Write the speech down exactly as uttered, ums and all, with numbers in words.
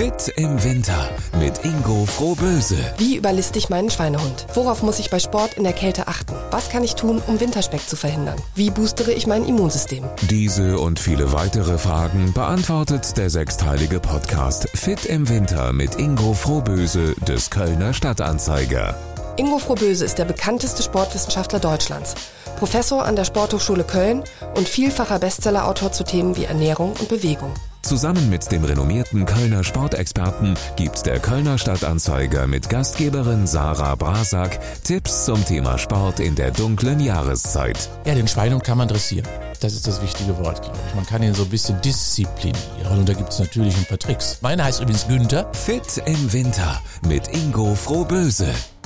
Fit im Winter mit Ingo Frohböse. Wie überliste ich meinen Schweinehund? Worauf muss ich bei Sport in der Kälte achten? Was kann ich tun, um Winterspeck zu verhindern? Wie boostere ich mein Immunsystem? Diese und viele weitere Fragen beantwortet der sechsteilige Podcast Fit im Winter mit Ingo Frohböse des Kölner Stadtanzeiger. Ingo Frohböse ist der bekannteste Sportwissenschaftler Deutschlands, Professor an der Sporthochschule Köln und vielfacher Bestsellerautor zu Themen wie Ernährung und Bewegung. Zusammen mit dem renommierten Kölner Sportexperten gibt der Kölner Stadtanzeiger mit Gastgeberin Sarah Brasak Tipps zum Thema Sport in der dunklen Jahreszeit. Ja, den Schweinehund kann man dressieren. Das ist das wichtige Wort, glaube ich. Man kann ihn so ein bisschen disziplinieren und da gibt es natürlich ein paar Tricks. Meine heißt übrigens Günther. Fit im Winter mit Ingo Frohböse.